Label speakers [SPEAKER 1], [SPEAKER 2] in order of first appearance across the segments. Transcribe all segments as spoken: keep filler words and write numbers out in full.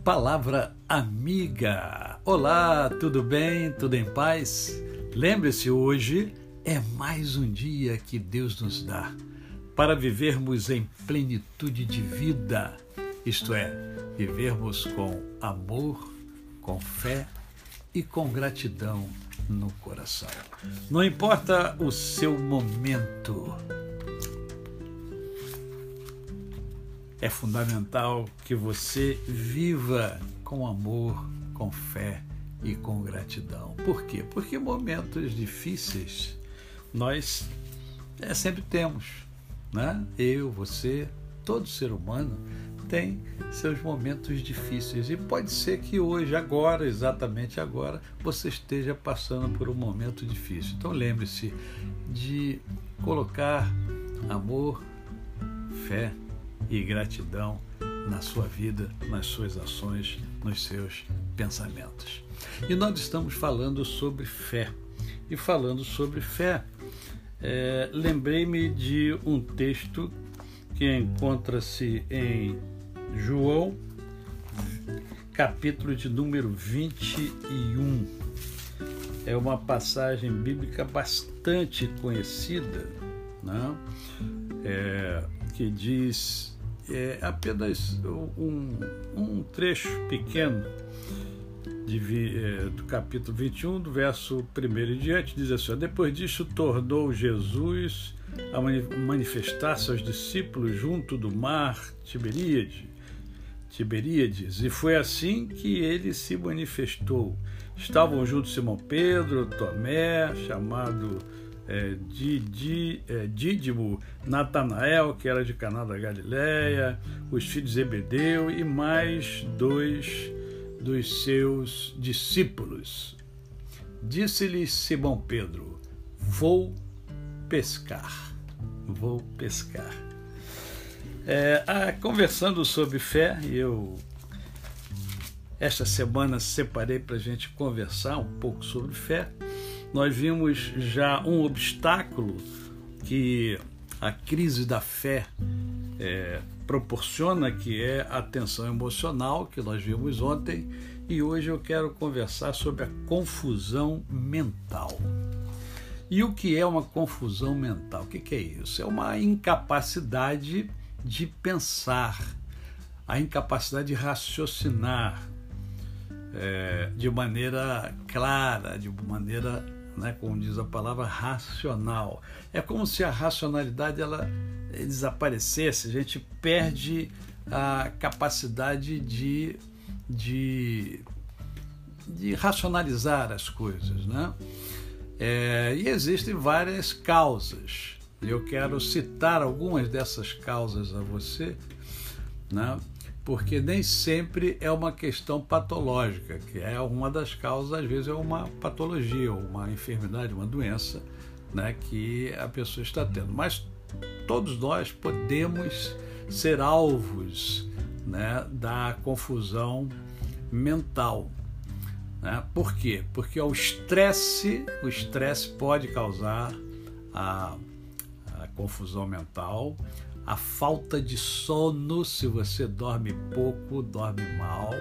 [SPEAKER 1] Palavra amiga. Olá, tudo bem? Tudo em paz? Lembre-se, hoje é mais um dia que Deus nos dá para vivermos em plenitude de vida, isto é, vivermos com amor, com fé e com gratidão no coração. Não importa o seu momento, é fundamental que você viva com amor, com fé e com gratidão. Por quê? Porque momentos difíceis nós é, sempre temos, né? Eu, você, todo ser humano tem seus momentos difíceis e pode ser que hoje, agora, exatamente agora, você esteja passando por um momento difícil. Então lembre-se de colocar amor, fé e gratidão na sua vida, nas suas ações, nos seus pensamentos. E nós estamos falando sobre fé. E falando sobre fé, é, lembrei-me de um texto que encontra-se em João, capítulo de número vinte e um. É uma passagem bíblica bastante conhecida, né? É, que diz é, apenas um, um trecho pequeno de, é, do capítulo vinte e um, do verso primeiro em diante, diz assim: depois disso tornou Jesus a manifestar-se aos discípulos junto do mar Tiberíade, Tiberíades, e foi assim que ele se manifestou. Estavam juntos Simão Pedro, Tomé, chamado É, Didi, é, Dídimo, Natanael, que era de Caná da Galileia, os filhos de Zebedeu e mais dois dos seus discípulos. Disse-lhes Simão Pedro: vou pescar, vou pescar. É, ah, conversando sobre fé, eu esta semana separei para a gente conversar um pouco sobre fé. Nós vimos já um obstáculo que a crise da fé é, proporciona, que é a tensão emocional, que nós vimos ontem, e hoje eu quero conversar sobre a confusão mental. E o que é uma confusão mental? O que, que é isso? É uma incapacidade de pensar, a incapacidade de raciocinar é, de maneira clara, de maneira, né, como diz a palavra, racional. É como se a racionalidade ela desaparecesse, a gente perde a capacidade de, de, de racionalizar as coisas, né? É, e existem várias causas. Eu quero citar algumas dessas causas a você, né? Porque nem sempre é uma questão patológica, que é uma das causas, às vezes é uma patologia, uma enfermidade, uma doença, né, que a pessoa está tendo. Mas todos nós podemos ser alvos, né, da confusão mental. Né? Por quê? Porque o estresse, o estresse pode causar a, a confusão mental. A falta de sono, se você dorme pouco, dorme mal,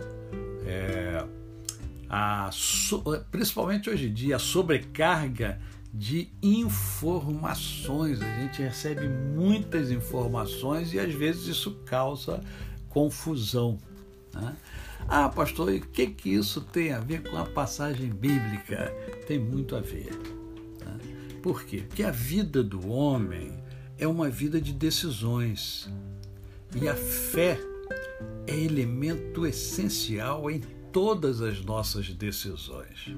[SPEAKER 1] é, a so, principalmente hoje em dia, a sobrecarga de informações. A gente recebe muitas informações e às vezes isso causa confusão, né? Ah, pastor, e o que, que isso tem a ver com a passagem bíblica? Tem muito a ver, né? Por quê? Porque a vida do homem é uma vida de decisões. E a fé é elemento essencial em todas as nossas decisões.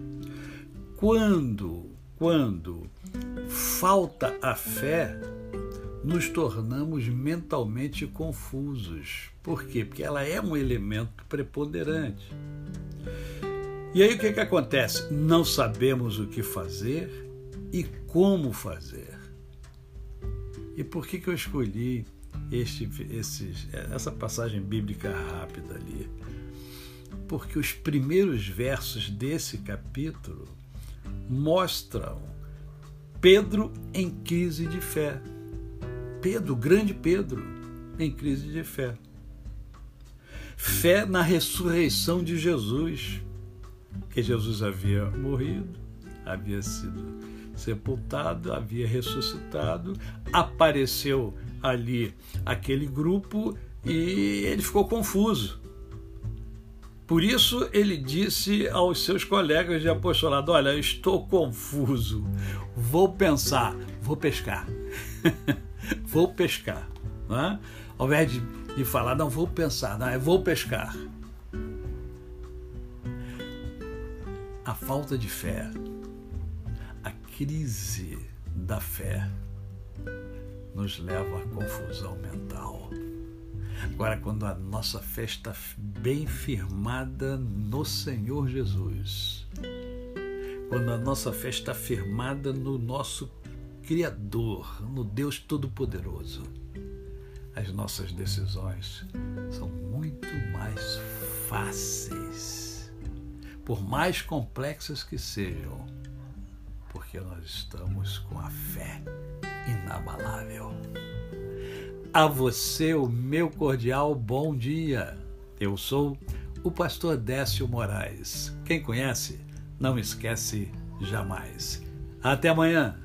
[SPEAKER 1] Quando, quando falta a fé, nos tornamos mentalmente confusos. Por quê? Porque ela é um elemento preponderante. E aí o que, que acontece? Não sabemos o que fazer e como fazer. E por que, que eu escolhi este, esses, essa passagem bíblica rápida ali? Porque os primeiros versos desse capítulo mostram Pedro em crise de fé. Pedro, grande Pedro, em crise de fé. fé na ressurreição de Jesus, que Jesus havia morrido, havia sido sepultado, havia ressuscitado, apareceu ali aquele grupo e ele ficou confuso. Por isso ele disse aos seus colegas de apostolado: olha, eu estou confuso, vou pensar, vou pescar, vou pescar. Não é? Ao invés de, de falar, não, vou pensar, não, é vou pescar. A falta de fé, a crise da fé nos leva à confusão mental. Agora, quando a nossa fé está bem firmada no Senhor Jesus, quando a nossa fé está firmada no nosso Criador, no Deus Todo-Poderoso, as nossas decisões são muito mais fáceis, por mais complexas que sejam, porque nós estamos com a fé inabalável. A você o meu cordial bom dia. Eu sou o pastor Décio Moraes. Quem conhece, não esquece jamais. Até amanhã.